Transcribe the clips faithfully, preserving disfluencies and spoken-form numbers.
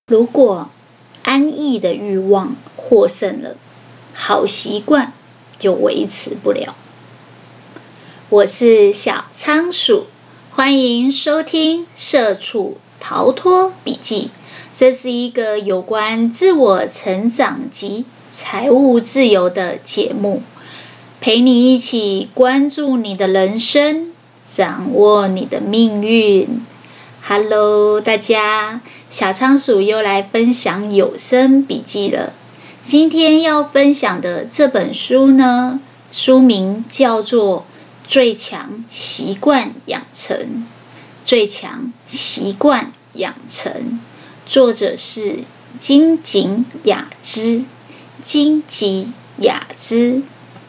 如果安逸的欲望获胜了，好习惯就维持不了。我是小仓鼠，欢迎收听《社畜逃脱笔记》。这是一个有关自我成长及财务自由的节目，陪你一起关注你的人生，掌握你的命运。Hello， 大家，小仓鼠又来分享有声笔记了。今天要分享的这本书呢，书名叫做《最强习惯养成》。最强习惯养成，作者是金井雅之。金井雅之。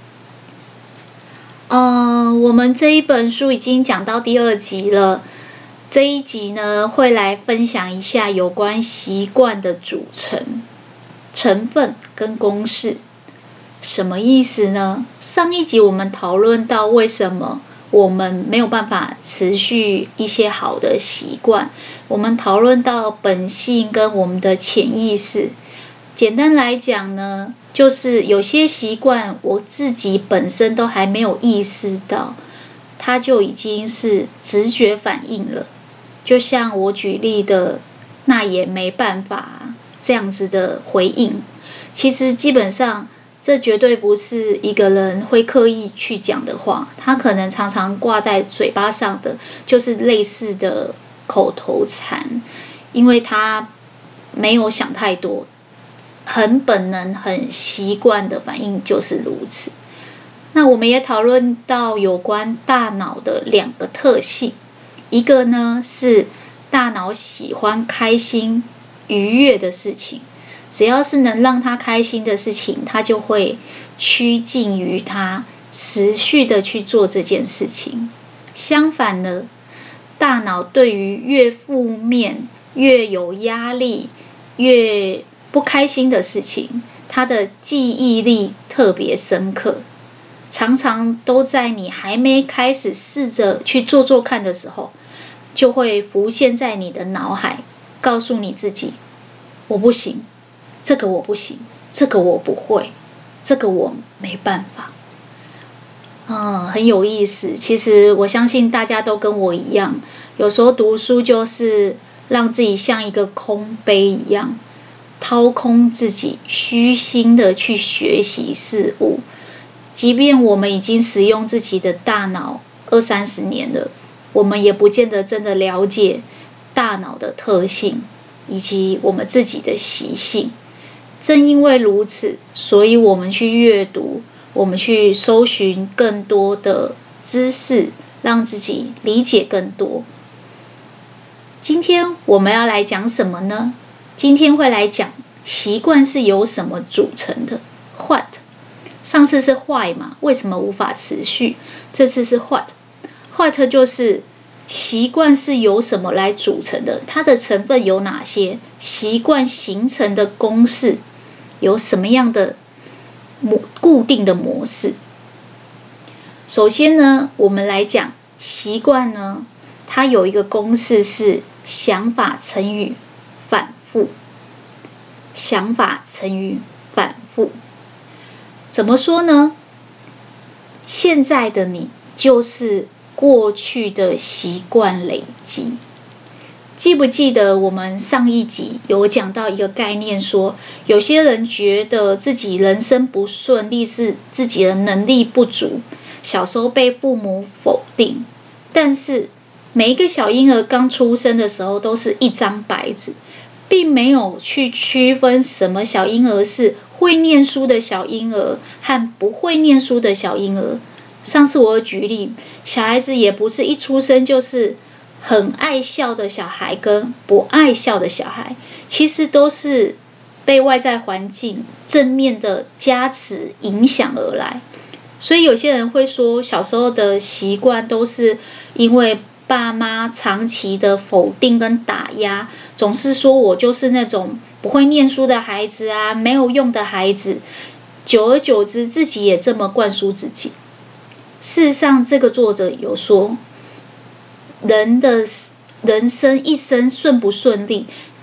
呃，我们这一本书已经讲到第二集了。这一集呢，会来分享一下有关习惯的组成、成分跟公式。什么意思呢？上一集我们讨论到为什么我们没有办法持续一些好的习惯，我们讨论到本性跟我们的潜意识。简单来讲呢，就是有些习惯我自己本身都还没有意识到，它就已经是直觉反应了。就像我举例的，那也没办法这样子的回应。其实基本上，这绝对不是一个人会刻意去讲的话，他可能常常挂在嘴巴上的，就是类似的口头禅，因为他没有想太多，很本能、很习惯的反应就是如此。那我们也讨论到有关大脑的两个特性。一个呢是大脑喜欢开心、愉悦的事情，只要是能让他开心的事情，他就会趋近于他，持续的去做这件事情。相反呢，大脑对于越负面、越有压力、越不开心的事情，他的记忆力特别深刻。常常都在你还没开始试着去做做看的时候，就会浮现在你的脑海，告诉你自己，我不行，这个我不行，这个我不会，这个我没办法。嗯，很有意思。其实我相信大家都跟我一样，有时候读书就是让自己像一个空杯一样，掏空自己，虚心的去学习事物。即便我们已经使用自己的大脑二三十年了，我们也不见得真的了解大脑的特性以及我们自己的习性。正因为如此，所以我们去阅读，我们去搜寻更多的知识，让自己理解更多。今天我们要来讲什么呢？今天会来讲习惯是由什么组成的 What。上次是 why 嘛，为什么无法持续？这次是 what。what 就是习惯是由什么来组成的，它的成分有哪些？习惯形成的公式有什么样的固定的模式？首先呢，我们来讲习惯呢，它有一个公式是想法乘以反复。想法乘以反复。怎么说呢？现在的你就是过去的习惯累积。记不记得我们上一集有讲到一个概念，说有些人觉得自己人生不顺利是自己的能力不足，小时候被父母否定，但是每一个小婴儿刚出生的时候都是一张白纸，并没有去区分什么小婴儿是会念书的小婴儿和不会念书的小婴儿。上次我有举例，小孩子也不是一出生就是很爱笑的小孩跟不爱笑的小孩，其实都是被外在环境正面的加持影响而来。所以有些人会说，小时候的习惯都是因为爸妈长期的否定跟打压，总是说我就是那种不会念书的孩子啊，没有用的孩子，久而久之自己也这么灌输自己。事实上，这个作者有说，人的人生一生顺不顺利，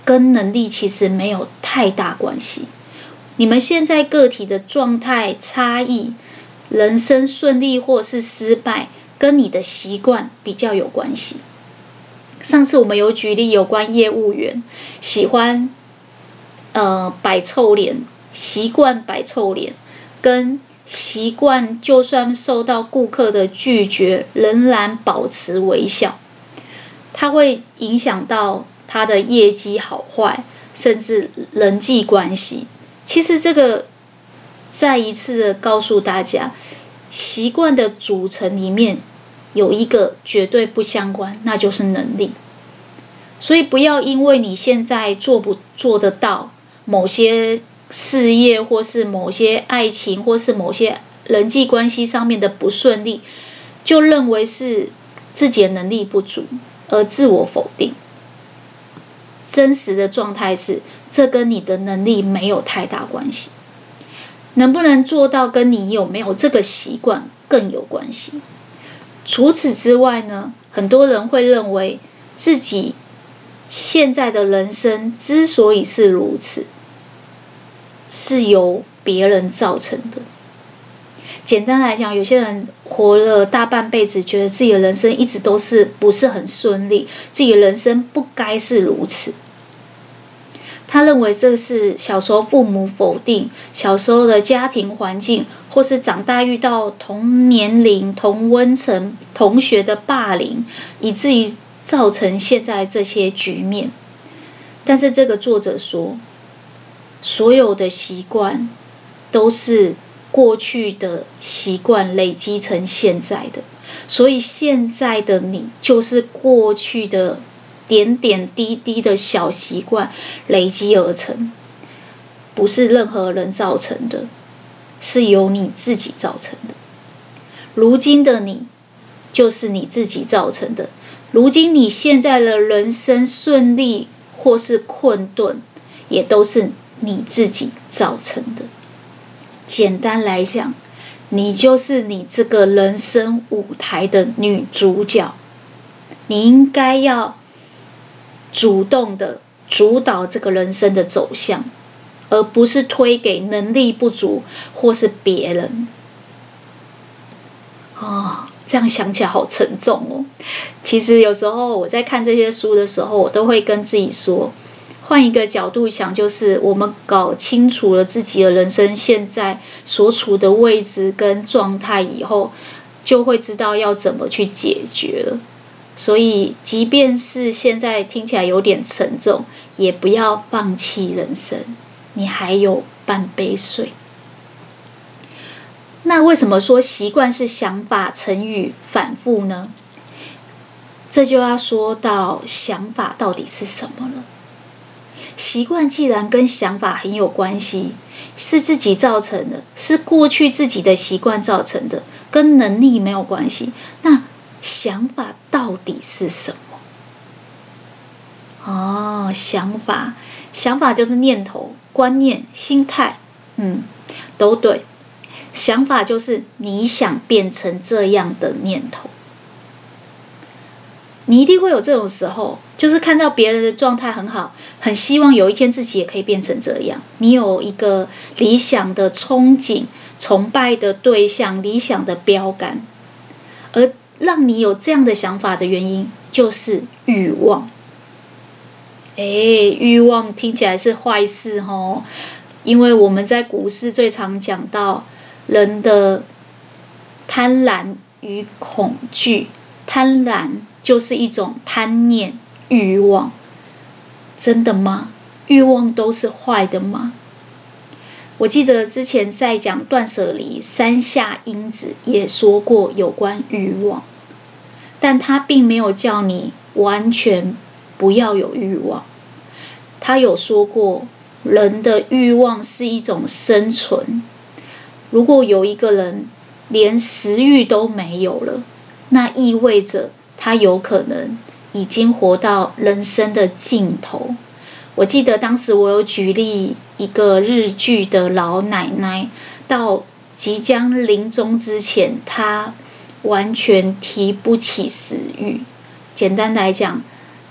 跟能力其实没有太大关系。你们现在个体的状态差异，人生顺利或是失败，跟你的习惯比较有关系。上次我们有举例有关业务员喜欢呃摆臭脸，习惯摆臭脸，跟习惯就算受到顾客的拒绝，仍然保持微笑，它会影响到他的业绩好坏，甚至人际关系。其实这个再一次的告诉大家，习惯的组成里面有一个绝对不相关，那就是能力。所以不要因为你现在做不做得到某些事业，或是某些爱情，或是某些人际关系上面的不顺利，就认为是自己的能力不足而自我否定。真实的状态是，这跟你的能力没有太大关系，能不能做到跟你有没有这个习惯更有关系。除此之外呢，很多人会认为自己现在的人生之所以是如此，是由别人造成的。简单来讲，有些人活了大半辈子，觉得自己的人生一直都是不是很顺利，自己的人生不该是如此。他认为这是小时候父母否定，小时候的家庭环境，或是长大遇到同年龄、同温层同学的霸凌，以至于造成现在这些局面。但是这个作者说，所有的习惯都是过去的习惯累积成现在的，所以现在的你就是过去的点点滴滴的小习惯累积而成，不是任何人造成的，是由你自己造成的。如今的你就是你自己造成的，如今你现在的人生顺利或是困顿，也都是你自己造成的。简单来讲，你就是你这个人生舞台的女主角，你应该要主动的主导这个人生的走向，而不是推给能力不足或是别人。哦，这样想起来好沉重哦。其实有时候我在看这些书的时候，我都会跟自己说，换一个角度想，就是我们搞清楚了自己的人生现在所处的位置跟状态以后，就会知道要怎么去解决了。所以即便是现在听起来有点沉重，也不要放弃人生，你还有半杯水。那为什么说习惯是想法乘以反复呢？这就要说到想法到底是什么了。习惯既然跟想法很有关系，是自己造成的，是过去自己的习惯造成的，跟能力没有关系，那想法到底是什么？哦，想法，想法就是念头、观念、心态，嗯，都对。想法就是你想变成这样的念头。你一定会有这种时候，就是看到别人的状态很好，很希望有一天自己也可以变成这样。你有一个理想的憧憬、崇拜的对象、理想的标杆，而让你有这样的想法的原因，就是欲望。诶，欲望听起来是坏事哦，因为我们在股市最常讲到人的贪婪与恐惧，贪婪就是一种贪念、欲望。真的吗？欲望都是坏的吗？我记得之前在讲断舍离山下英子也说过有关欲望，但他并没有叫你完全不要有欲望。他有说过，人的欲望是一种生存。如果有一个人连食欲都没有了，那意味着他有可能已经活到人生的尽头。我记得当时我有举例一个日剧的老奶奶，到即将临终之前，她完全提不起食欲。简单来讲，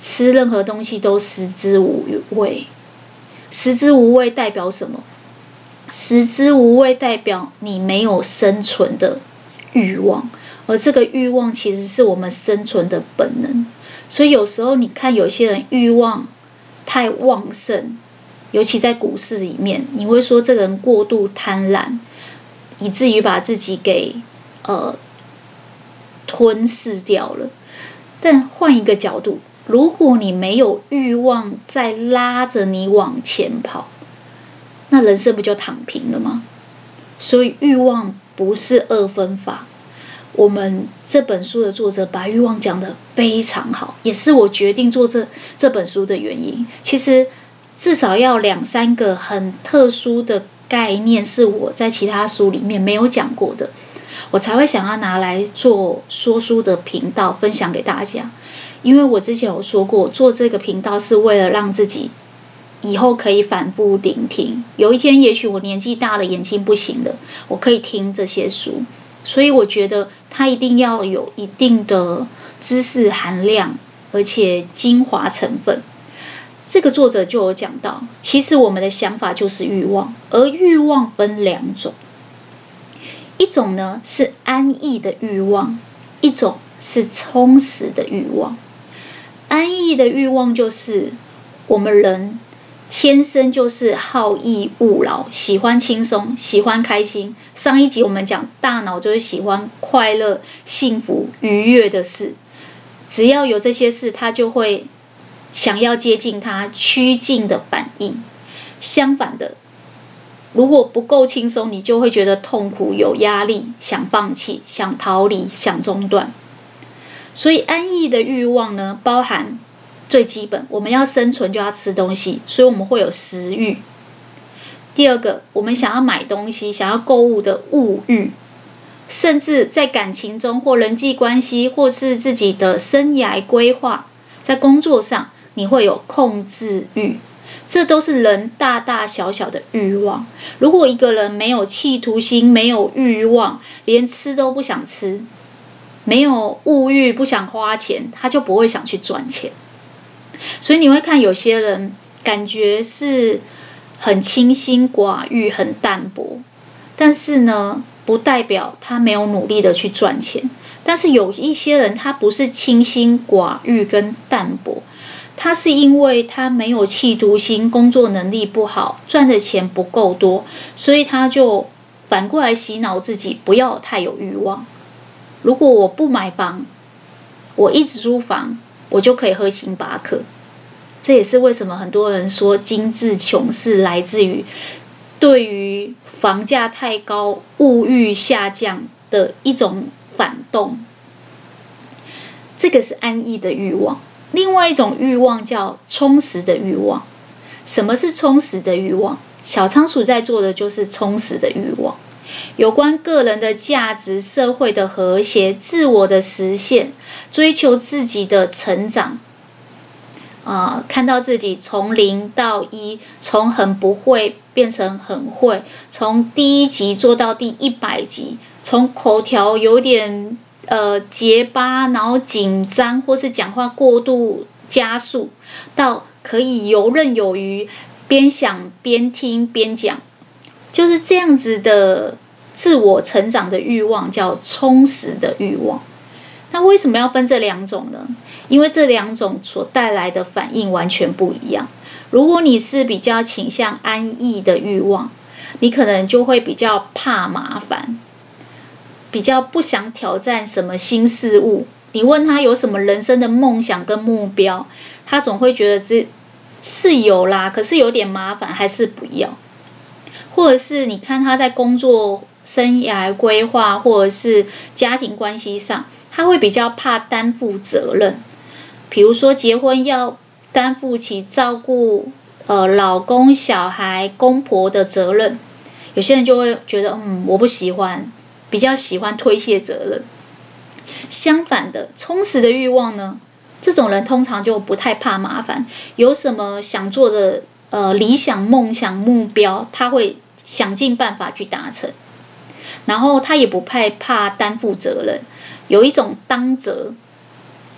吃任何东西都食之无味。食之无味代表什么？食之无味代表你没有生存的欲望，而这个欲望其实是我们生存的本能。所以有时候你看有些人欲望太旺盛，尤其在股市里面，你会说这个人过度贪婪，以至于把自己给呃吞噬掉了。但换一个角度，如果你没有欲望再拉着你往前跑，那人生不就躺平了吗？所以欲望不是二分法。我们这本书的作者把欲望讲得非常好，也是我决定做这这本书的原因。其实至少要两三个很特殊的概念是我在其他书里面没有讲过的，我才会想要拿来做说书的频道分享给大家。因为我之前有说过，做这个频道是为了让自己以后可以反复聆听，有一天也许我年纪大了，眼睛不行了，我可以听这些书。所以我觉得它一定要有一定的知识含量，而且精华成分。这个作者就有讲到，其实我们的想法就是欲望，而欲望分两种，一种呢是安逸的欲望，一种是充实的欲望。安逸的欲望就是我们人天生就是好逸恶劳，喜欢轻松，喜欢开心。上一集我们讲大脑就是喜欢快乐、幸福、愉悦的事，只要有这些事，它就会想要接近它，趋近的反应。相反的，如果不够轻松，你就会觉得痛苦、有压力，想放弃、想逃离、想中断。所以安逸的欲望呢，包含最基本，我们要生存就要吃东西，所以我们会有食欲。第二个，我们想要买东西，想要购物的物欲，甚至在感情中或人际关系，或是自己的生涯规划，在工作上，你会有控制欲。这都是人大大小小的欲望。如果一个人没有企图心，没有欲望，连吃都不想吃，没有物欲，不想花钱，他就不会想去赚钱。所以你会看有些人感觉是很清心寡欲，很淡薄，但是呢，不代表他没有努力的去赚钱。但是有一些人他不是清心寡欲跟淡薄，他是因为他没有企图心，工作能力不好，赚的钱不够多，所以他就反过来洗脑自己不要太有欲望。如果我不买房，我一直租房，我就可以喝星巴克。这也是为什么很多人说精致穷是来自于对于房价太高、物欲下降的一种反动。这个是安逸的欲望。另外一种欲望叫充实的欲望。什么是充实的欲望？小仓鼠在做的就是充实的欲望，有关个人的价值、社会的和谐、自我的实现，追求自己的成长。呃，看到自己从零到一，从很不会变成很会，从第一集做到第一百集，从口条有点呃结巴，然后紧张，或是讲话过度加速，到可以游刃有余，边想边听边讲，就是这样子的自我成长的欲望，叫充实的欲望。那为什么要分这两种呢？因为这两种所带来的反应完全不一样。如果你是比较倾向安逸的欲望，你可能就会比较怕麻烦，比较不想挑战什么新事物。你问他有什么人生的梦想跟目标，他总会觉得这是有啦，可是有点麻烦，还是不要。或者是你看他在工作生涯规划或者是家庭关系上，他会比较怕担负责任。比如说结婚要担负起照顾呃老公、小孩、公婆的责任，有些人就会觉得嗯我不喜欢，比较喜欢推卸责任。相反的，充实的欲望呢，这种人通常就不太怕麻烦，有什么想做的呃理想、梦想、目标，他会想尽办法去达成。然后他也不害怕担负责任，有一种当责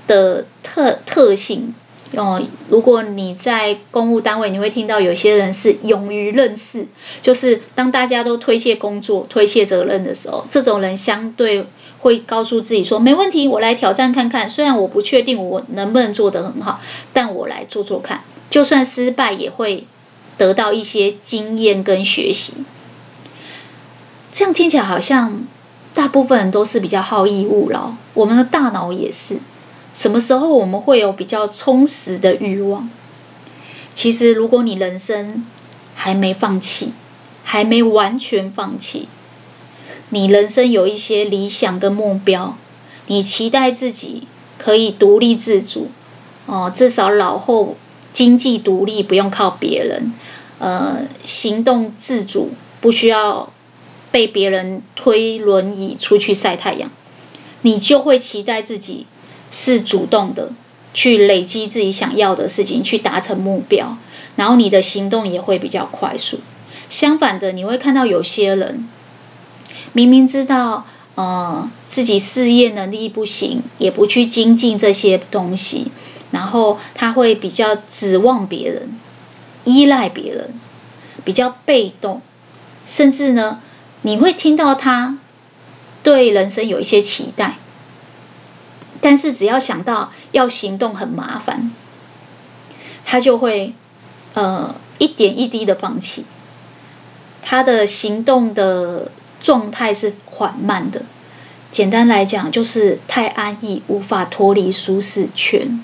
的特特性。哦，如果你在公务单位，你会听到有些人是勇于任事，就是当大家都推卸工作、推卸责任的时候，这种人相对会告诉自己说：“没问题，我来挑战看看。虽然我不确定我能不能做得很好，但我来做做看。就算失败，也会得到一些经验跟学习。”这样听起来好像大部分人都是比较好逸恶劳，我们的大脑也是。什么时候我们会有比较充实的欲望？其实，如果你人生还没放弃，还没完全放弃，你人生有一些理想跟目标，你期待自己可以独立自主，哦，至少老后经济独立，不用靠别人，呃，行动自主，不需要被别人推轮椅出去晒太阳，你就会期待自己是主动的去累积自己想要的事情，去达成目标，然后你的行动也会比较快速。相反的，你会看到有些人明明知道呃自己事业能力不行，也不去精进这些东西，然后他会比较指望别人，依赖别人，比较被动，甚至呢，你会听到他对人生有一些期待。但是只要想到要行动很麻烦，他就会呃一点一滴的放弃。他的行动的状态是缓慢的，简单来讲就是太安逸，无法脱离舒适圈。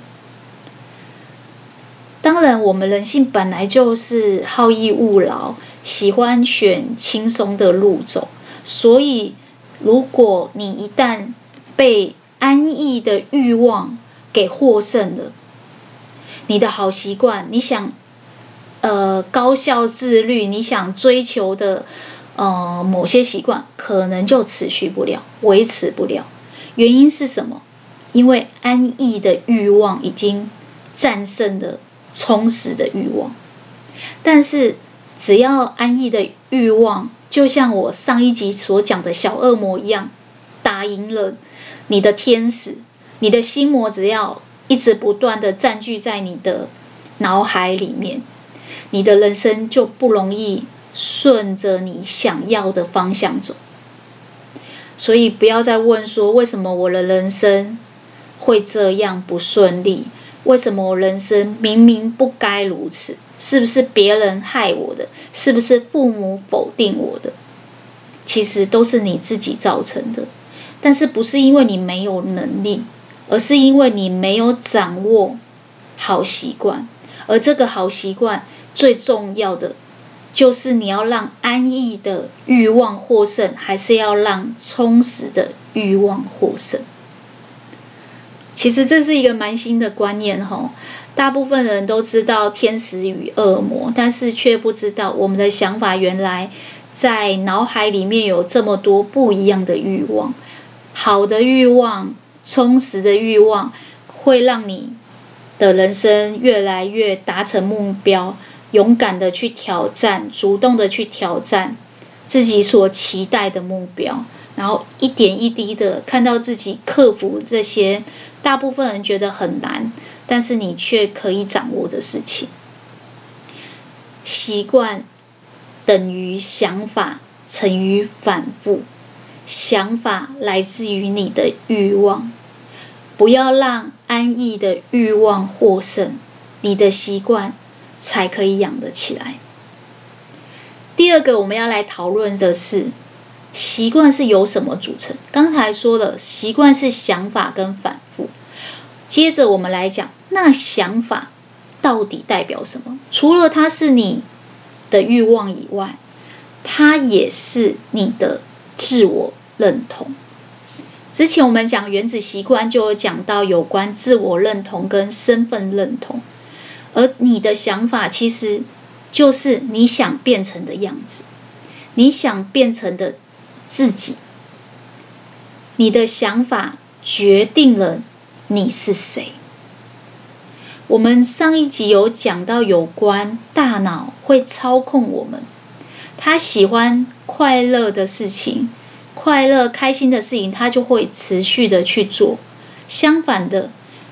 当然，我们人性本来就是好逸恶劳，喜欢选轻松的路走，所以如果你一旦被安逸的欲望给获胜了，你的好习惯，你想呃高效自律，你想追求的呃某些习惯，可能就持续不了，维持不了。原因是什么？因为安逸的欲望已经战胜了充实的欲望。但是只要安逸的欲望，就像我上一集所讲的小恶魔一样，打赢了你的天使，你的心魔只要一直不断的占据在你的脑海里面，你的人生就不容易顺着你想要的方向走。所以不要再问说，为什么我的人生会这样不顺利？为什么我人生明明不该如此？是不是别人害我的？是不是父母否定我的？其实都是你自己造成的。但是不是因为你没有能力，而是因为你没有掌握好习惯。而这个好习惯最重要的，就是你要让安逸的欲望获胜，还是要让充实的欲望获胜。其实这是一个蛮新的观念齁，大部分人都知道天使与恶魔，但是却不知道我们的想法原来在脑海里面有这么多不一样的欲望。好的欲望，充实的欲望，会让你的人生越来越达成目标，勇敢的去挑战，主动的去挑战自己所期待的目标，然后一点一滴的看到自己克服这些大部分人觉得很难，但是你却可以掌握的事情。习惯等于想法乘以反复，想法来自于你的欲望，不要让安逸的欲望获胜，你的习惯才可以养得起来。第二个我们要来讨论的是，习惯是由什么组成？刚才说了，习惯是想法跟反复。接着我们来讲，那想法到底代表什么？除了它是你的欲望以外，它也是你的自我认同。之前我们讲原子习惯就有讲到有关自我认同跟身份认同，而你的想法其实就是你想变成的样子，你想变成的自己。你的想法决定了你是谁。我们上一集有讲到有关大脑会操控我们，他喜欢快乐的事情，快乐开心的事情他就会持续的去做。相反的，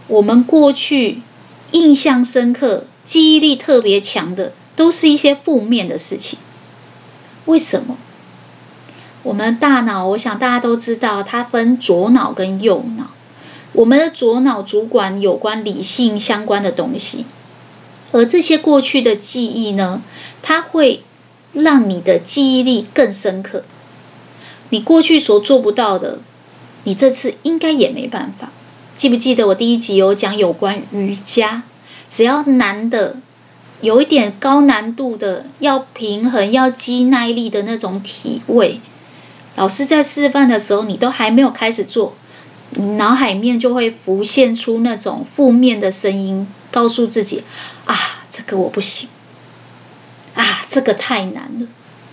我们过去印象深刻、记忆力特别强的，都是一些负面的事情。为什么？我们大脑，我想大家都知道，它分左脑跟右脑。我们的左脑主管有关理性相关的东西，而这些过去的记忆呢，它会让你的记忆力更深刻。你过去所做不到的，你这次应该也没办法。记不记得我第一集有讲有关瑜伽？只要难的，有一点高难度的，要平衡、要肌耐力的那种体位，老师在示范的时候，你都还没有开始做，你脑海里面就会浮现出那种负面的声音，告诉自己：啊，这个我不行，啊，这个太难了。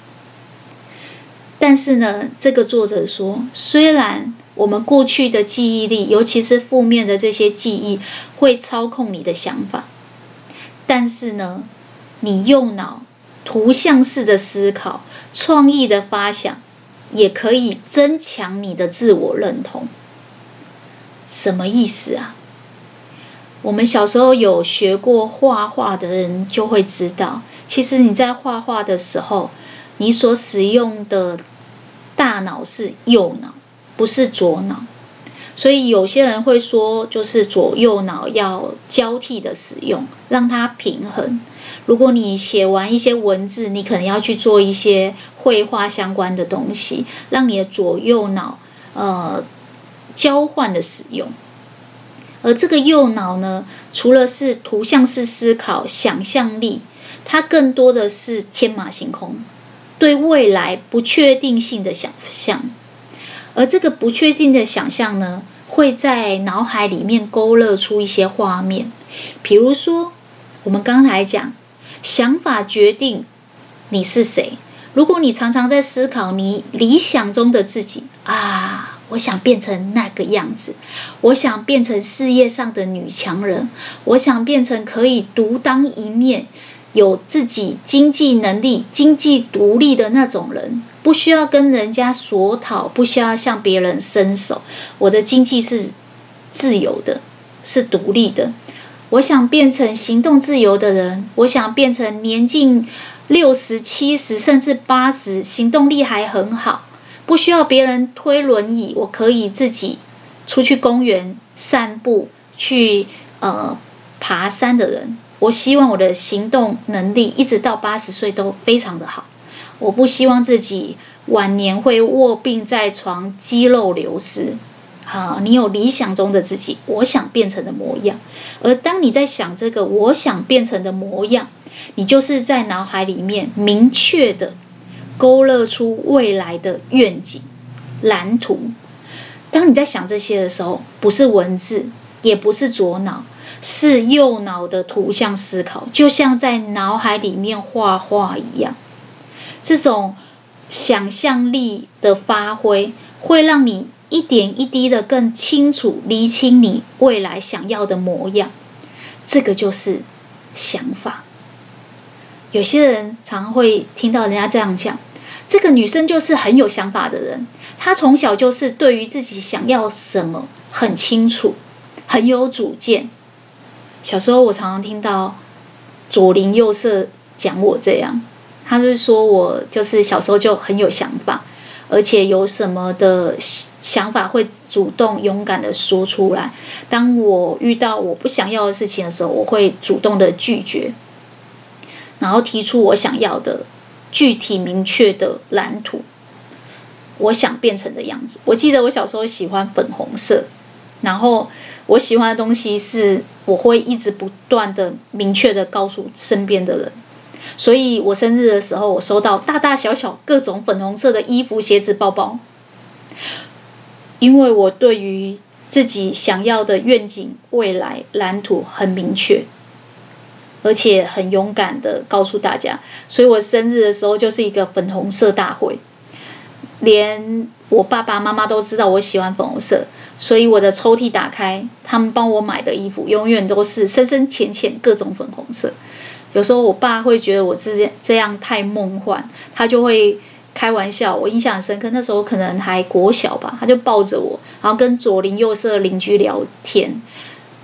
但是呢，这个作者说，虽然我们过去的记忆力，尤其是负面的这些记忆，会操控你的想法，但是呢，你右脑图像式的思考、创意的发想，也可以增强你的自我认同。什么意思啊？我们小时候有学过画画的人就会知道，其实你在画画的时候，你所使用的大脑是右脑，不是左脑。所以有些人会说，就是左右脑要交替的使用，让它平衡。如果你写完一些文字，你可能要去做一些绘画相关的东西，让你的左右脑呃交换的使用。而这个右脑呢，除了是图像式思考、想象力，它更多的是天马行空，对未来不确定性的想象。而这个不确定的想象呢，会在脑海里面勾勒出一些画面。比如说，我们刚才讲，想法决定你是谁。如果你常常在思考你理想中的自己啊，我想变成那个样子，我想变成事业上的女强人，我想变成可以独当一面，有自己经济能力、经济独立的那种人，不需要跟人家索讨，不需要向别人伸手，我的经济是自由的，是独立的。我想变成行动自由的人，我想变成年近六十、七十甚至八十，行动力还很好，不需要别人推轮椅，我可以自己出去公园散步，去呃爬山的人。我希望我的行动能力一直到八十岁都非常的好。我不希望自己晚年会卧病在床，肌肉流失。好，你有理想中的自己，我想变成的模样。而当你在想这个我想变成的模样，你就是在脑海里面明确的勾勒出未来的愿景、蓝图。当你在想这些的时候，不是文字，也不是左脑，是右脑的图像思考，就像在脑海里面画画一样。这种想象力的发挥，会让你一点一滴的更清楚厘清你未来想要的模样。这个就是想法。有些人常会听到人家这样讲，这个女生就是很有想法的人，她从小就是对于自己想要什么很清楚，很有主见。小时候我常常听到左邻右舍讲我这样，他是说我就是小时候就很有想法，而且有什么的想法会主动勇敢的说出来。当我遇到我不想要的事情的时候，我会主动的拒绝，然后提出我想要的具体明确的蓝图，我想变成的样子。我记得我小时候喜欢粉红色，然后我喜欢的东西是我会一直不断的明确的告诉身边的人。所以我生日的时候，我收到大大小小各种粉红色的衣服、鞋子、包包，因为我对于自己想要的愿景、未来蓝图很明确，而且很勇敢的告诉大家。所以我生日的时候就是一个粉红色大会，连我爸爸妈妈都知道我喜欢粉红色，所以我的抽屉打开，他们帮我买的衣服永远都是深深浅浅各种粉红色。有时候我爸会觉得我这样太梦幻，他就会开玩笑，我印象很深刻。那时候可能还国小吧，他就抱着我，然后跟左邻右舍邻居聊天，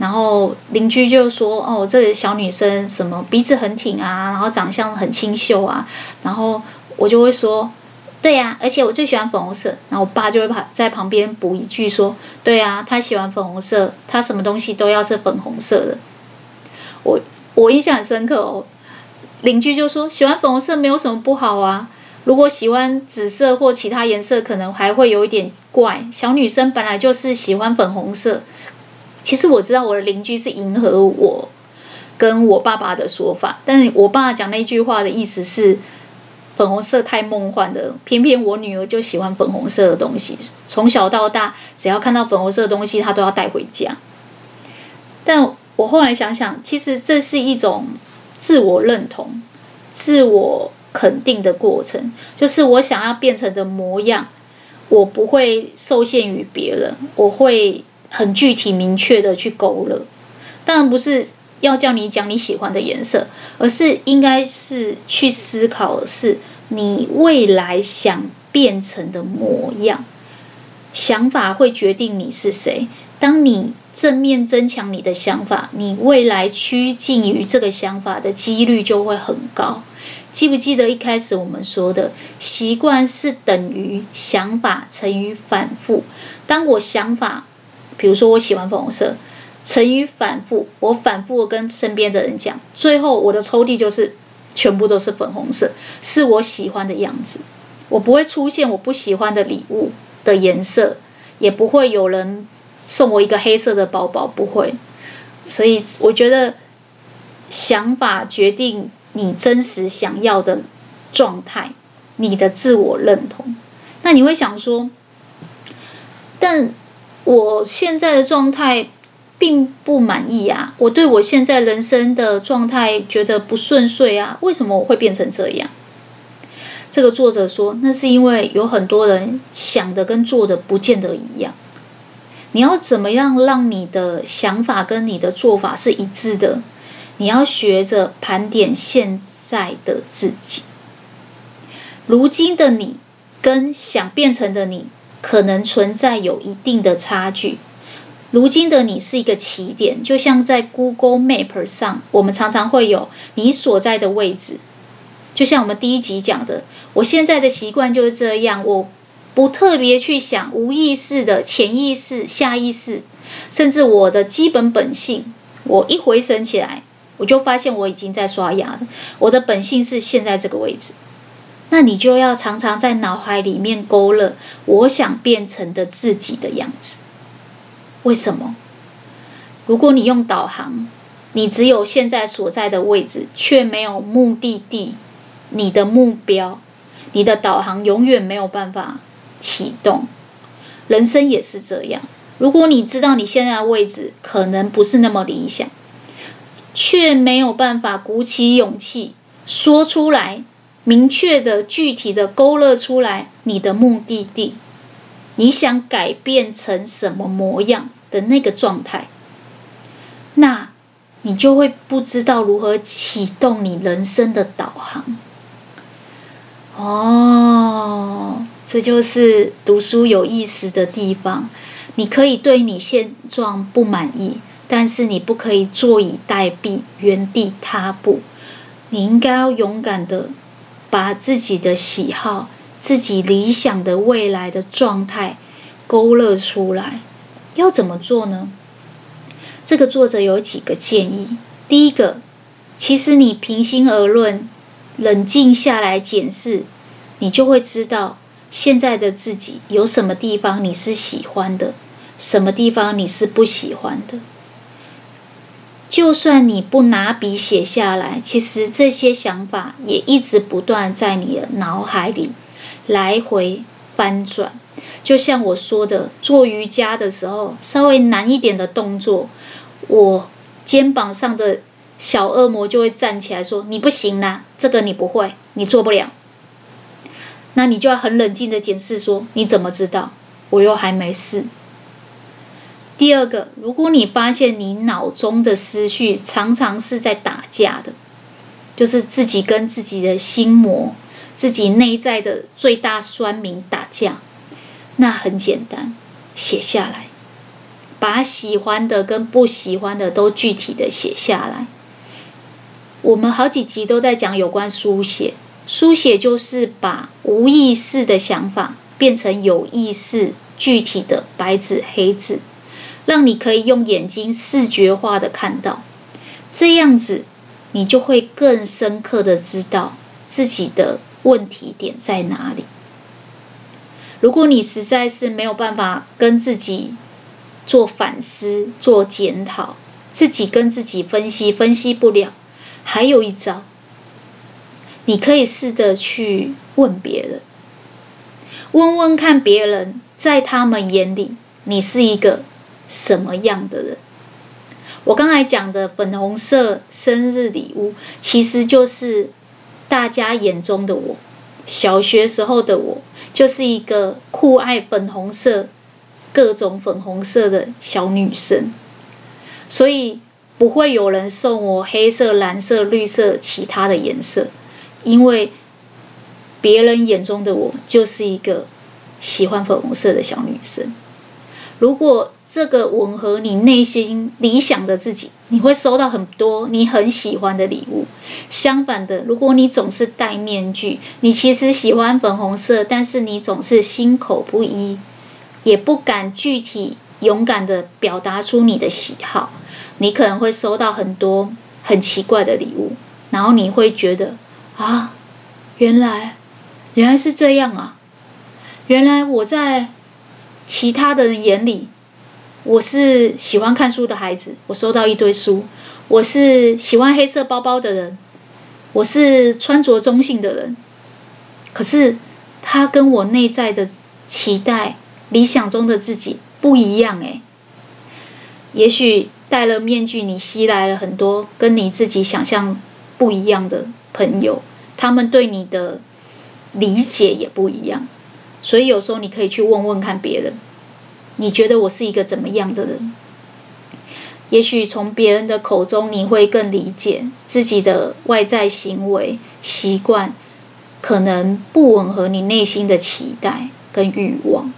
然后邻居就说：“哦，这个小女生什么鼻子很挺啊，然后长相很清秀啊。”然后我就会说：“对呀、啊，而且我最喜欢粉红色。”然后我爸就会在旁边补一句说：“对啊，他喜欢粉红色，他什么东西都要是粉红色的。”我我印象很深刻哦。邻居就说：“喜欢粉红色没有什么不好啊，如果喜欢紫色或其他颜色，可能还会有一点怪。小女生本来就是喜欢粉红色。”其实我知道我的邻居是迎合我跟我爸爸的说法，但是我爸讲那句话的意思是粉红色太梦幻了，偏偏我女儿就喜欢粉红色的东西，从小到大只要看到粉红色的东西她都要带回家。但我后来想想，其实这是一种自我认同、自我肯定的过程，就是我想要变成的模样，我不会受限于别人，我会很具体明确的去勾勒。当然不是要叫你讲你喜欢的颜色，而是应该是去思考的是你未来想变成的模样。想法会决定你是谁，当你正面增强你的想法，你未来趋近于这个想法的几率就会很高。记不记得一开始我们说的习惯是等于想法乘以反复？当我想法比如说我喜欢粉红色，乘以反复，我反复跟身边的人讲，最后我的抽屉就是全部都是粉红色，是我喜欢的样子。我不会出现我不喜欢的礼物的颜色，也不会有人送我一个黑色的包包，不会。所以我觉得想法决定你真实想要的状态，你的自我认同。那你会想说，但我现在的状态并不满意啊，我对我现在人生的状态觉得不顺遂啊，为什么我会变成这样？这个作者说，那是因为有很多人想的跟做的不见得一样。你要怎么样让你的想法跟你的做法是一致的？你要学着盘点现在的自己。如今的你跟想变成的你可能存在有一定的差距。如今的你是一个起点，就像在 Google Map 上，我们常常会有你所在的位置。就像我们第一集讲的，我现在的习惯就是这样，我不特别去想，无意识的、潜意识、下意识，甚至我的基本本性，我一回神起来，我就发现我已经在刷牙了。我的本性是现在这个位置。那你就要常常在脑海里面勾勒我想变成的自己的样子。为什么？如果你用导航，你只有现在所在的位置，却没有目的地，你的目标，你的导航永远没有办法启动。人生也是这样，如果你知道你现在的位置可能不是那么理想，却没有办法鼓起勇气说出来，明确的具体的勾勒出来你的目的地，你想改变成什么模样的那个状态，那你就会不知道如何启动你人生的导航。哦，这就是读书有意思的地方。你可以对你现状不满意，但是你不可以坐以待毙，原地踏步。你应该要勇敢的把自己的喜好、自己理想的未来的状态勾勒出来。要怎么做呢？这个作者有几个建议。第一个，其实你平心而论，冷静下来检视，你就会知道现在的自己有什么地方你是喜欢的，什么地方你是不喜欢的。就算你不拿笔写下来，其实这些想法也一直不断在你的脑海里来回翻转。就像我说的，做瑜伽的时候，稍微难一点的动作，我肩膀上的小恶魔就会站起来说，你不行啦，这个你不会，你做不了。那你就要很冷静的检视说，你怎么知道？我又还没试。第二个，如果你发现你脑中的思绪常常是在打架的，就是自己跟自己的心魔、自己内在的最大酸民打架，那很简单，写下来。 把喜欢的跟不喜欢的都具体的写下来。我们好几集都在讲有关书写，书写就是把无意识的想法变成有意识具体的白纸黑字，让你可以用眼睛视觉化的看到，这样子你就会更深刻的知道自己的问题点在哪里。如果你实在是没有办法跟自己做反思、做检讨，自己跟自己分析，分析不了，还有一招，你可以试着去问别人，问问看别人在他们眼里你是一个什么样的人。我刚才讲的粉红色生日礼物，其实就是大家眼中的我。小学时候的我就是一个酷爱粉红色、各种粉红色的小女生，所以不会有人送我黑色、蓝色、绿色其他的颜色，因为别人眼中的我就是一个喜欢粉红色的小女生。如果这个吻合你内心理想的自己，你会收到很多你很喜欢的礼物。相反的，如果你总是戴面具，你其实喜欢粉红色，但是你总是心口不一，也不敢具体勇敢的表达出你的喜好，你可能会收到很多很奇怪的礼物，然后你会觉得啊，原来原来是这样啊，原来我在其他的人眼里，我是喜欢看书的孩子，我收到一堆书；我是喜欢黑色包包的人，我是穿着中性的人。可是他跟我内在的期待、理想中的自己不一样诶。也许戴了面具，你吸来了很多跟你自己想象不一样的朋友，他们对你的理解也不一样。所以有时候你可以去问问看别人，你觉得我是一个怎么样的人？也许从别人的口中你会更理解自己的外在行为习惯可能不吻合你内心的期待跟欲望。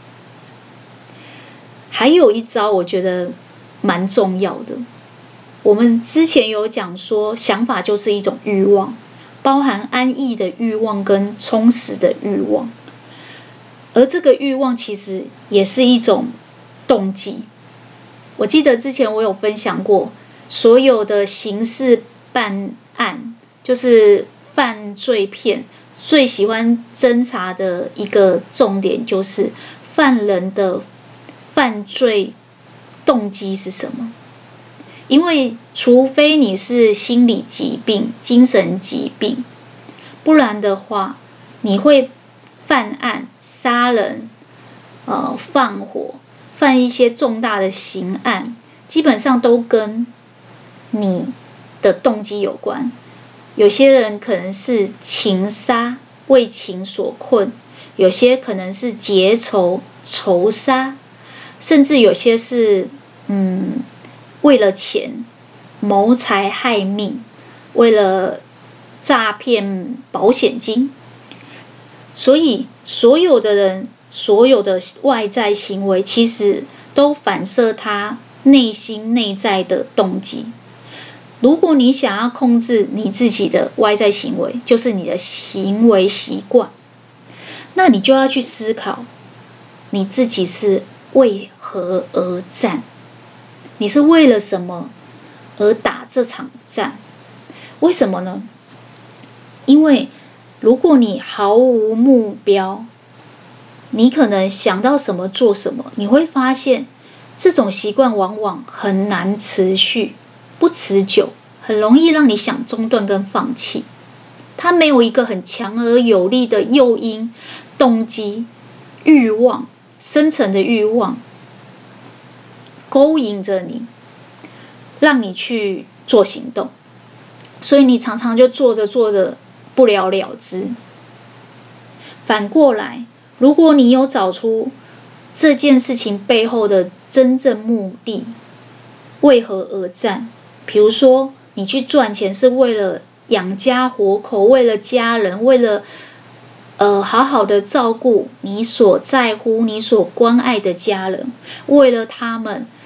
还有一招我觉得蛮重要的，我们之前有讲说想法就是一种欲望，包含安逸的欲望跟充实的欲望，而这个欲望其实也是一种动机。我记得之前我有分享过，所有的刑事办案，就是犯罪片，最喜欢侦查的一个重点就是犯人的犯罪动机是什么。因为除非你是心理疾病、精神疾病，不然的话，你会犯案、杀人、呃放火、犯一些重大的刑案，基本上都跟你的动机有关。有些人可能是情杀，为情所困；有些可能是结仇、仇杀，甚至有些是嗯为了钱谋财害命，为了诈骗保险金。所以所有的人所有的外在行为其实都反射他内心内在的动机。如果你想要控制你自己的外在行为，就是你的行为习惯，那你就要去思考你自己是为何而战，你是为了什么而打这场战。为什么呢？因为如果你毫无目标，你可能想到什么做什么，你会发现这种习惯往往很难持续，不持久，很容易让你想中断跟放弃。它没有一个很强而有力的诱因、动机、欲望、深层的欲望勾引着你，让你去做行动，所以你常常就做着做着不了了之。反过来，如果你有找出这件事情背后的真正目的，为何而战，比如说你去赚钱是为了养家活口，为了家人，为了呃好好的照顾你所在乎、你所关爱的家人，为了他们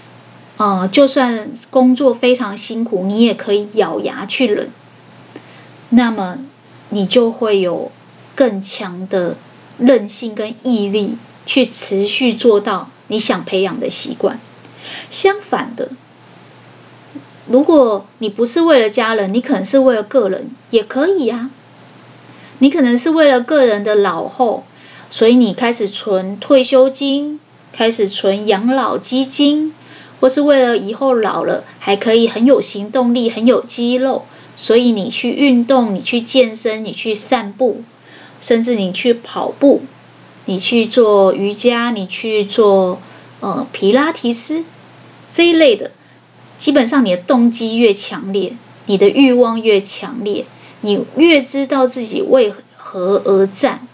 呃，就算工作非常辛苦，你也可以咬牙去忍，那么你就会有更强的韧性跟毅力去持续做到你想培养的习惯。相反的，如果你不是为了家人，你可能是为了个人，也可以啊。你可能是为了个人的老后，所以你开始存退休金，开始存养老基金，或是为了以后老了还可以很有行动力、很有肌肉，所以你去运动，你去健身，你去散步，甚至你去跑步，你去做瑜伽，你去做呃皮拉提斯这一类的。基本上你的动机越强烈，你的欲望越强烈，你越知道自己为何而战，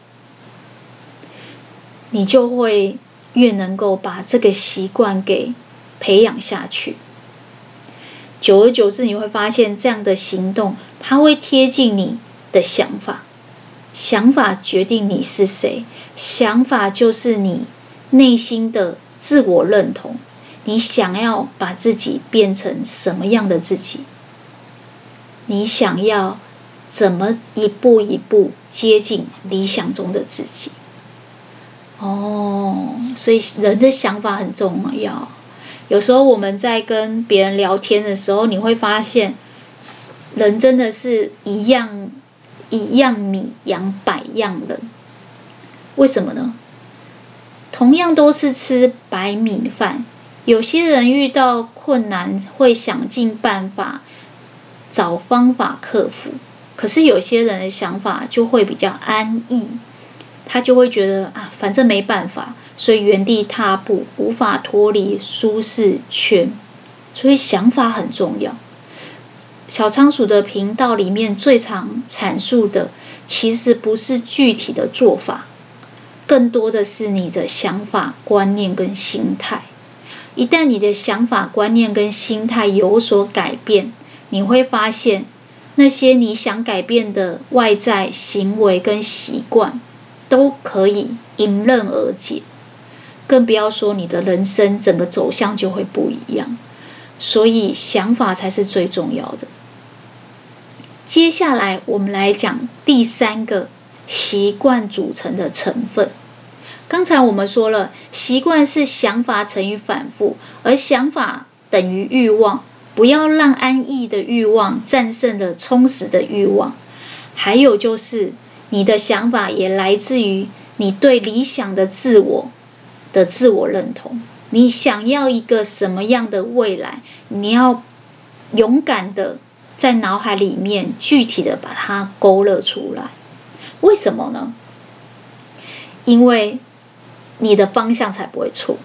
你就会越能够把这个习惯给培养下去。久而久之，你会发现这样的行动，它会贴近你的想法。想法决定你是谁，想法就是你内心的自我认同。你想要把自己变成什么样的自己？你想要怎么一步一步接近理想中的自己？哦，所以人的想法很重要。有时候我们在跟别人聊天的时候，你会发现，人真的是一样一样米养百样人。为什么呢？同样都是吃白米饭，有些人遇到困难会想尽办法找方法克服，可是有些人的想法就会比较安逸，他就会觉得啊，反正没办法，所以原地踏步，无法脱离舒适圈。所以想法很重要。小仓鼠的频道里面最常阐述的，其实不是具体的做法，更多的是你的想法、观念跟心态。一旦你的想法、观念跟心态有所改变，你会发现那些你想改变的外在行为跟习惯都可以迎刃而解，更不要说你的人生整个走向就会不一样。所以想法才是最重要的。接下来我们来讲第三个习惯组成的成分。刚才我们说了，习惯是想法乘以反复，而想法等于欲望，不要让安逸的欲望战胜了充实的欲望。还有就是你的想法也来自于你对理想的自我的自我认同。你想要一个什么样的未来，你要勇敢的在脑海里面具体的把它勾勒出来。为什么呢？因为你的方向才不会错。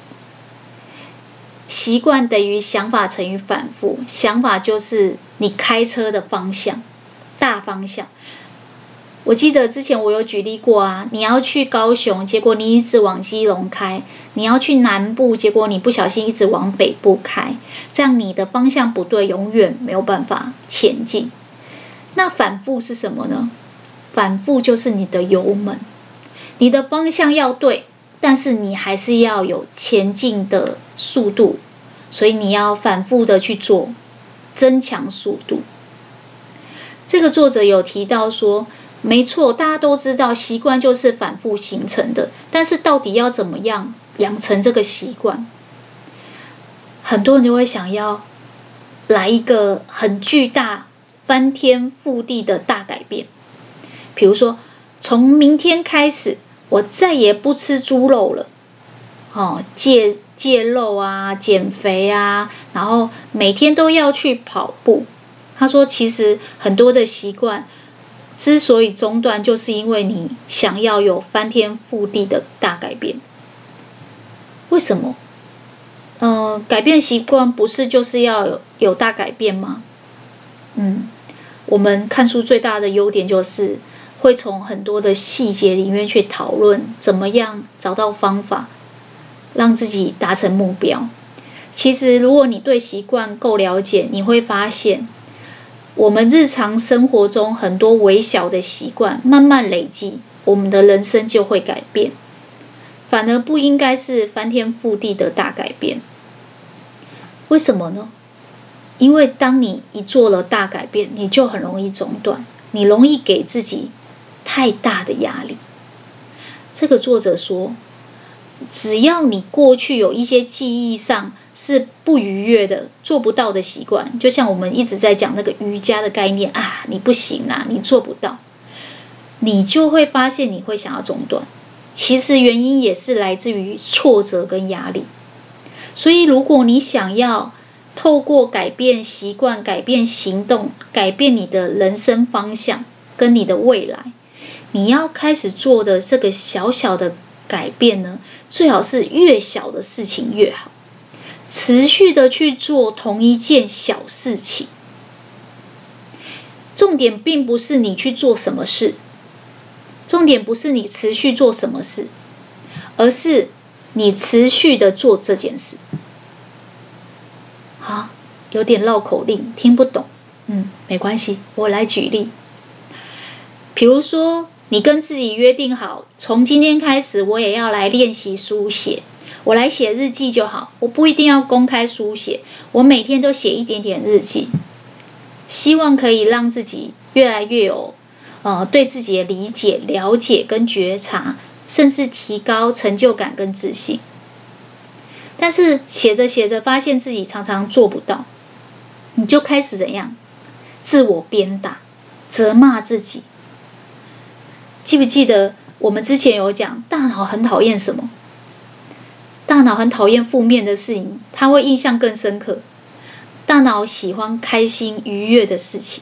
习惯等于想法乘以反复，想法就是你开车的方向，大方向。我记得之前我有举例过啊，你要去高雄，结果你一直往基隆开；你要去南部，结果你不小心一直往北部开，这样你的方向不对，永远没有办法前进。那反复是什么呢？反复就是你的油门，你的方向要对，但是你还是要有前进的速度，所以你要反复的去做，增强速度。这个作者有提到说，没错，大家都知道习惯就是反复形成的，但是到底要怎么样养成这个习惯？很多人就会想要来一个很巨大、翻天覆地的大改变，比如说从明天开始，我再也不吃猪肉了，哦，戒戒肉啊，减肥啊，然后每天都要去跑步。他说，其实很多的习惯之所以中断，就是因为你想要有翻天覆地的大改变。为什么？呃，改变习惯不是就是要 有, 有大改变吗？嗯，我们看书最大的优点就是会从很多的细节里面去讨论，怎么样找到方法，让自己达成目标。其实，如果你对习惯够了解，你会发现，我们日常生活中很多微小的习惯慢慢累积，我们的人生就会改变。反而不应该是翻天覆地的大改变。 为什么呢？因为当你一做了大改变，你就很容易中断，你容易给自己太大的压力。这个作者说，只要你过去有一些记忆上是不愉悦的、做不到的习惯，就像我们一直在讲那个瑜伽的概念啊，你不行啊，你做不到，你就会发现你会想要中断。其实原因也是来自于挫折跟压力。所以如果你想要透过改变习惯、改变行动、改变你的人生方向跟你的未来，你要开始做的这个小小的改变呢，最好是越小的事情越好，持续的去做同一件小事情。重点并不是你去做什么事，重点不是你持续做什么事，而是你持续的做这件事。好，有点绕口令，听不懂，嗯，没关系，我来举例。比如说，你跟自己约定好，从今天开始，我也要来练习书写，我来写日记就好，我不一定要公开书写，我每天都写一点点日记，希望可以让自己越来越有呃对自己的理解、了解跟觉察，甚至提高成就感跟自信。但是写着写着，发现自己常常做不到，你就开始怎样？自我鞭打，责骂自己。记不记得我们之前有讲，大脑很讨厌什么？大脑很讨厌负面的事情，它会印象更深刻。大脑喜欢开心愉悦的事情。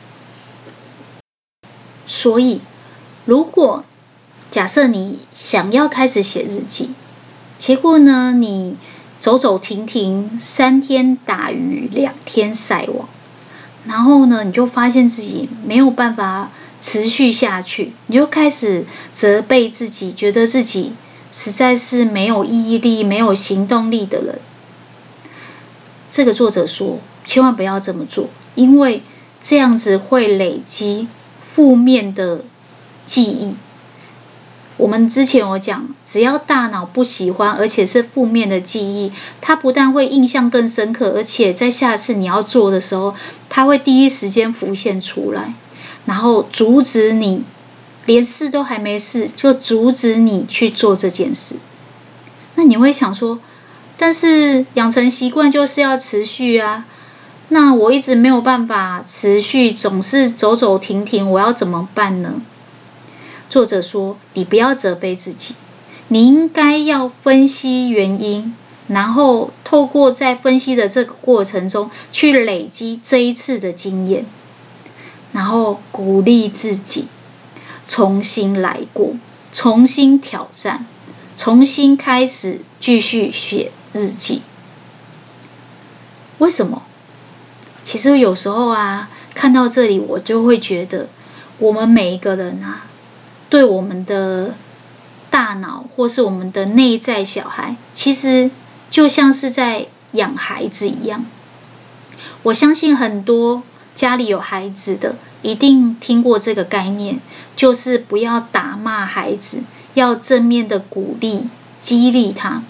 所以，如果假设你想要开始写日记，结果呢，你走走停停，三天打鱼两天晒网，然后呢，你就发现自己没有办法持续下去，你就开始责备自己，觉得自己实在是没有毅力、没有行动力的人。这个作者说，千万不要这么做，因为这样子会累积负面的记忆。我们之前有讲，只要大脑不喜欢，而且是负面的记忆，它不但会印象更深刻，而且在下次你要做的时候，它会第一时间浮现出来，然后阻止你，连试都还没试，就阻止你去做这件事。那你会想说，但是养成习惯就是要持续啊，那我一直没有办法持续，总是走走停停，我要怎么办呢？作者说，你不要责备自己，你应该要分析原因，然后透过在分析的这个过程中去累积这一次的经验，然后鼓励自己重新来过，重新挑战，重新开始继续写日记。为什么？其实有时候啊，看到这里我就会觉得，我们每一个人啊，对我们的大脑或是我们的内在小孩，其实就像是在养孩子一样。我相信很多家里有孩子的一定听过这个概念，就是不要打骂孩子，要正面的鼓励激励他。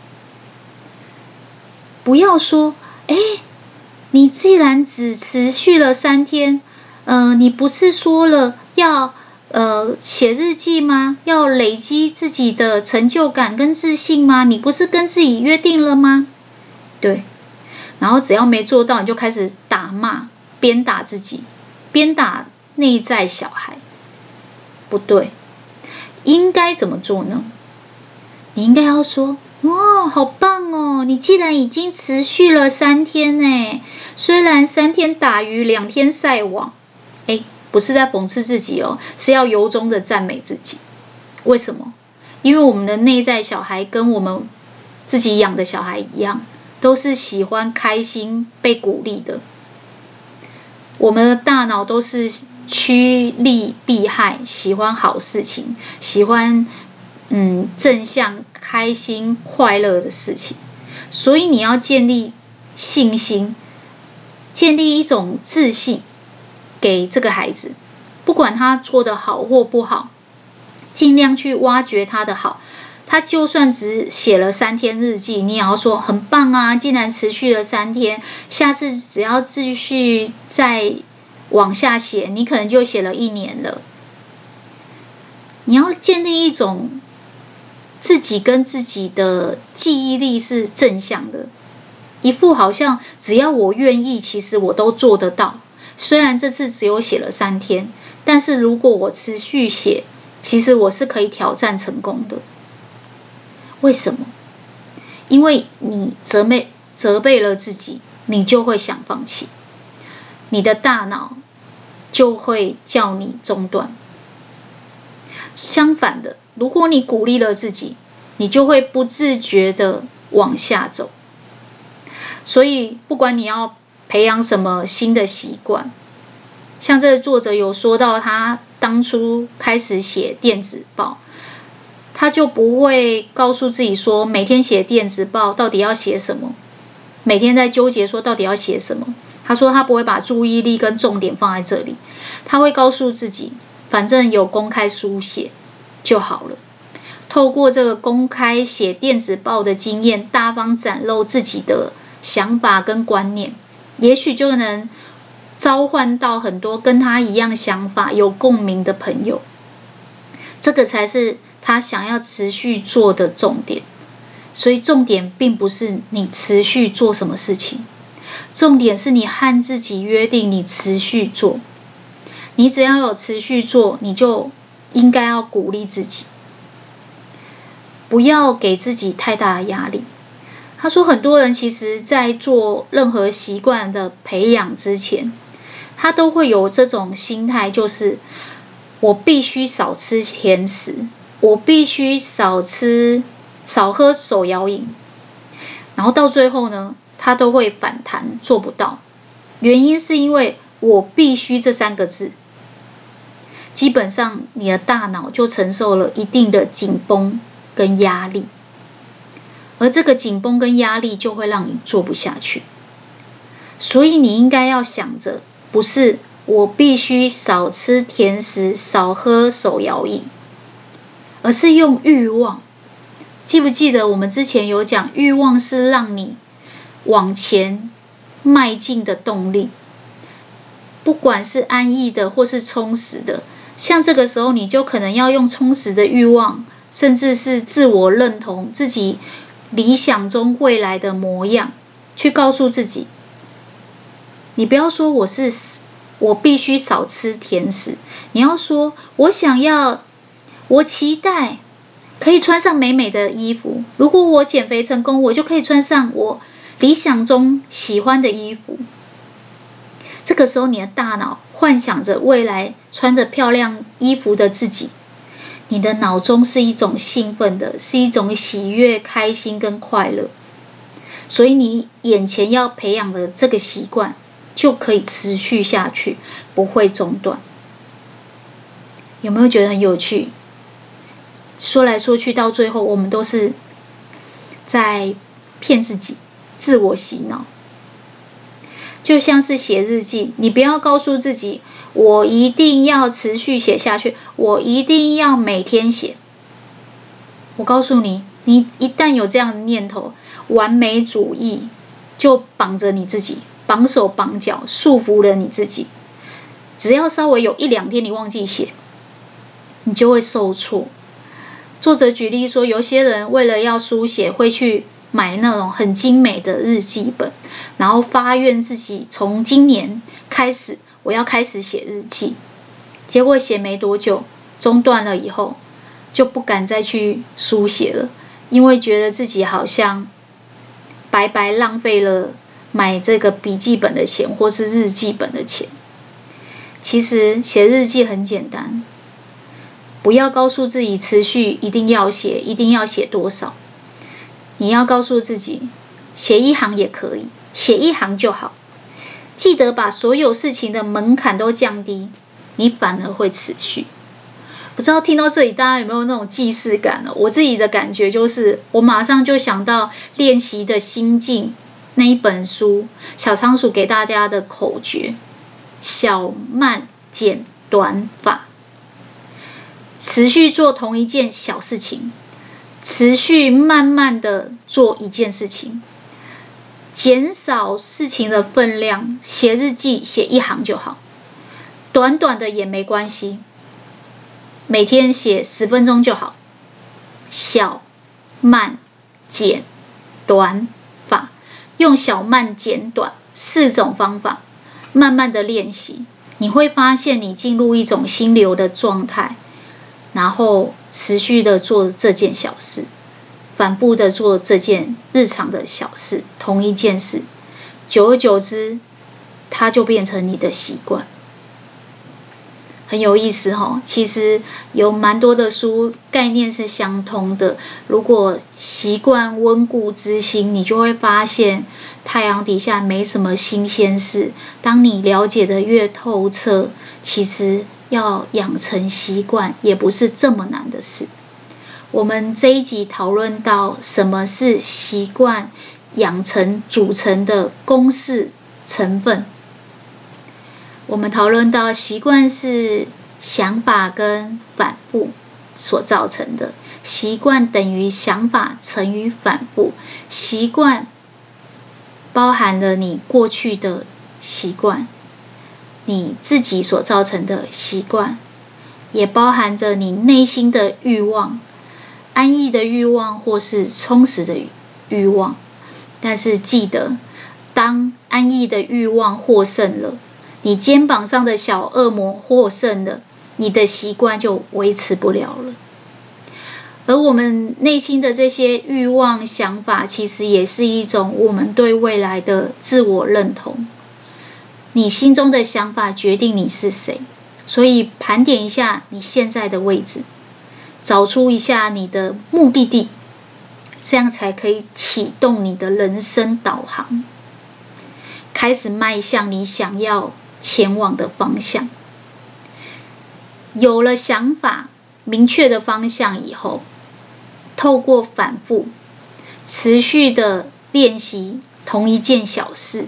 不要说，哎，你既然只持续了三天，呃，你不是说了要呃写日记吗？要累积自己的成就感跟自信吗？你不是跟自己约定了吗？对，然后只要没做到，你就开始打骂、鞭打自己，鞭打内在小孩。不对，应该怎么做呢？你应该要说，哦，好棒哦！你既然已经持续了三天呢，虽然三天打鱼两天晒网，哎，不是在讽刺自己哦，是要由衷的赞美自己。为什么？因为我们的内在小孩跟我们自己养的小孩一样，都是喜欢开心被鼓励的。我们的大脑都是趋利避害，喜欢好事情，喜欢嗯正向、开心、快乐的事情。所以你要建立信心，建立一种自信给这个孩子，不管他做得好或不好，尽量去挖掘他的好。 他就算只写了三天日记，你也要说很棒啊，竟然持续了三天，下次只要继续再往下写，你可能就写了一年了。你要建立一种自己跟自己的记忆力是正向的，一副好像只要我愿意，其实我都做得到。虽然这次只有写了三天，但是如果我持续写，其实我是可以挑战成功的。为什么？因为你责备责备了自己，你就会想放弃，你的大脑就会叫你中断。相反的，如果你鼓励了自己，你就会不自觉的往下走。所以不管你要培养什么新的习惯，像这个作者有说到，他当初开始写电子报，他就不会告诉自己说每天写电子报到底要写什么，每天在纠结说到底要写什么。他说他不会把注意力跟重点放在这里，他会告诉自己反正有公开书写就好了，透过这个公开写电子报的经验，大方展露自己的想法跟观念，也许就能召唤到很多跟他一样想法有共鸣的朋友。这个才是他想要持续做的重点。所以重点并不是你持续做什么事情，重点是你和自己约定你持续做。你只要有持续做，你就应该要鼓励自己，不要给自己太大的压力。他说很多人其实在做任何习惯的培养之前，他都会有这种心态，就是我必须少吃甜食，我必须少吃少喝手摇饮，然后到最后呢，他都会反弹做不到。原因是因为我必须这三个字，基本上你的大脑就承受了一定的紧绷跟压力，而这个紧绷跟压力就会让你做不下去。所以你应该要想着，不是我必须少吃甜食，少喝手摇饮，而是用欲望。记不记得我们之前有讲，欲望是让你往前迈进的动力，不管是安逸的或是充实的。像这个时候，你就可能要用充实的欲望，甚至是自我认同自己理想中未来的模样，去告诉自己。你不要说我是我必须少吃甜食，你要说我想要，我期待可以穿上美美的衣服。如果我减肥成功，我就可以穿上我理想中喜欢的衣服。这个时候，你的大脑幻想着未来穿着漂亮衣服的自己，你的脑中是一种兴奋的，是一种喜悦、开心跟快乐。所以你眼前要培养的这个习惯就可以持续下去，不会中断。有没有觉得很有趣？说来说去，到最后我们都是在骗自己，自我洗脑。就像是写日记，你不要告诉自己我一定要持续写下去，我一定要每天写。我告诉你，你一旦有这样的念头，完美主义就绑着你自己，绑手绑脚，束缚了你自己。只要稍微有一两天你忘记写，你就会受挫。作者举例说，有些人为了要书写，会去买那种很精美的日记本，然后发愿自己从今年开始，我要开始写日记。结果写没多久，中断了以后，就不敢再去书写了，因为觉得自己好像白白浪费了买这个笔记本的钱，或是日记本的钱。其实写日记很简单，不要告诉自己持续一定要写，一定要写多少。你要告诉自己，写一行也可以，写一行就好。记得把所有事情的门槛都降低，你反而会持续。不知道听到这里大家有没有那种既视感呢？我自己的感觉就是，我马上就想到练习的心境那一本书，小仓鼠给大家的口诀：小慢简短法。持续做同一件小事情， 持续慢慢的做一件事情，减少事情的分量，写日记写一行就好，短短的也没关系，每天写十分钟就好。小、慢、简、短法，用小、慢、简、短四种方法，慢慢的练习，你会发现你进入一种心流的状态，然后持续的做这件小事，反复的做这件日常的小事，同一件事，久而久之，它就变成你的习惯。很有意思哦，其实有蛮多的书概念是相通的。如果习惯温故知新，你就会发现太阳底下没什么新鲜事。当你了解的越透彻，其实要养成习惯也不是这么难的事。我们这一集讨论到什么是习惯养成组成的公式成分。我们讨论到习惯是想法跟反复所造成的，习惯等于想法乘以反复，习惯包含了你过去的习惯，你自己所造成的习惯，也包含着你内心的欲望，安逸的欲望或是充实的欲望。但是记得，当安逸的欲望获胜了，你肩膀上的小恶魔获胜了，你的习惯就维持不了了。而我们内心的这些欲望、想法，其实也是一种我们对未来的自我认同。你心中的想法决定你是谁，所以盘点一下你现在的位置，找出一下你的目的地，这样才可以启动你的人生导航，开始迈向你想要前往的方向。有了想法，明确的方向以后，透过反复持续的练习同一件小事，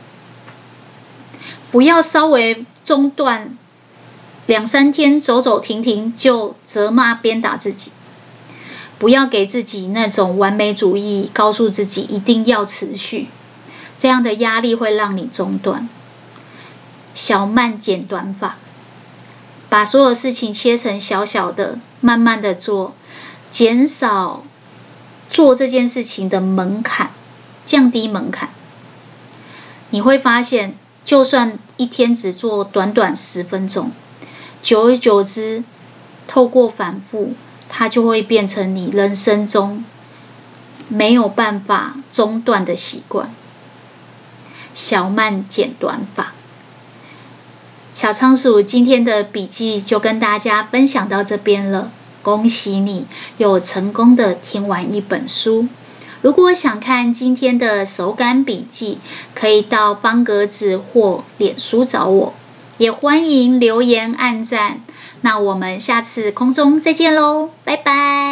不要稍微中断两三天走走停停就责骂鞭打自己，不要给自己那种完美主义，告诉自己一定要持续，这样的压力会让你中断。小慢简短法，把所有事情切成小小的，慢慢的做，减少做这件事情的门槛，降低门槛。你会发现，就算一天只做短短十分钟，久而久之，透过反复，它就会变成你人生中没有办法中断的习惯。小慢简短法。小仓鼠今天的笔记就跟大家分享到这边了，恭喜你有成功的听完一本书。如果想看今天的手感笔记，可以到方格子或脸书找我，也欢迎留言按赞。那我们下次空中再见喽，拜拜。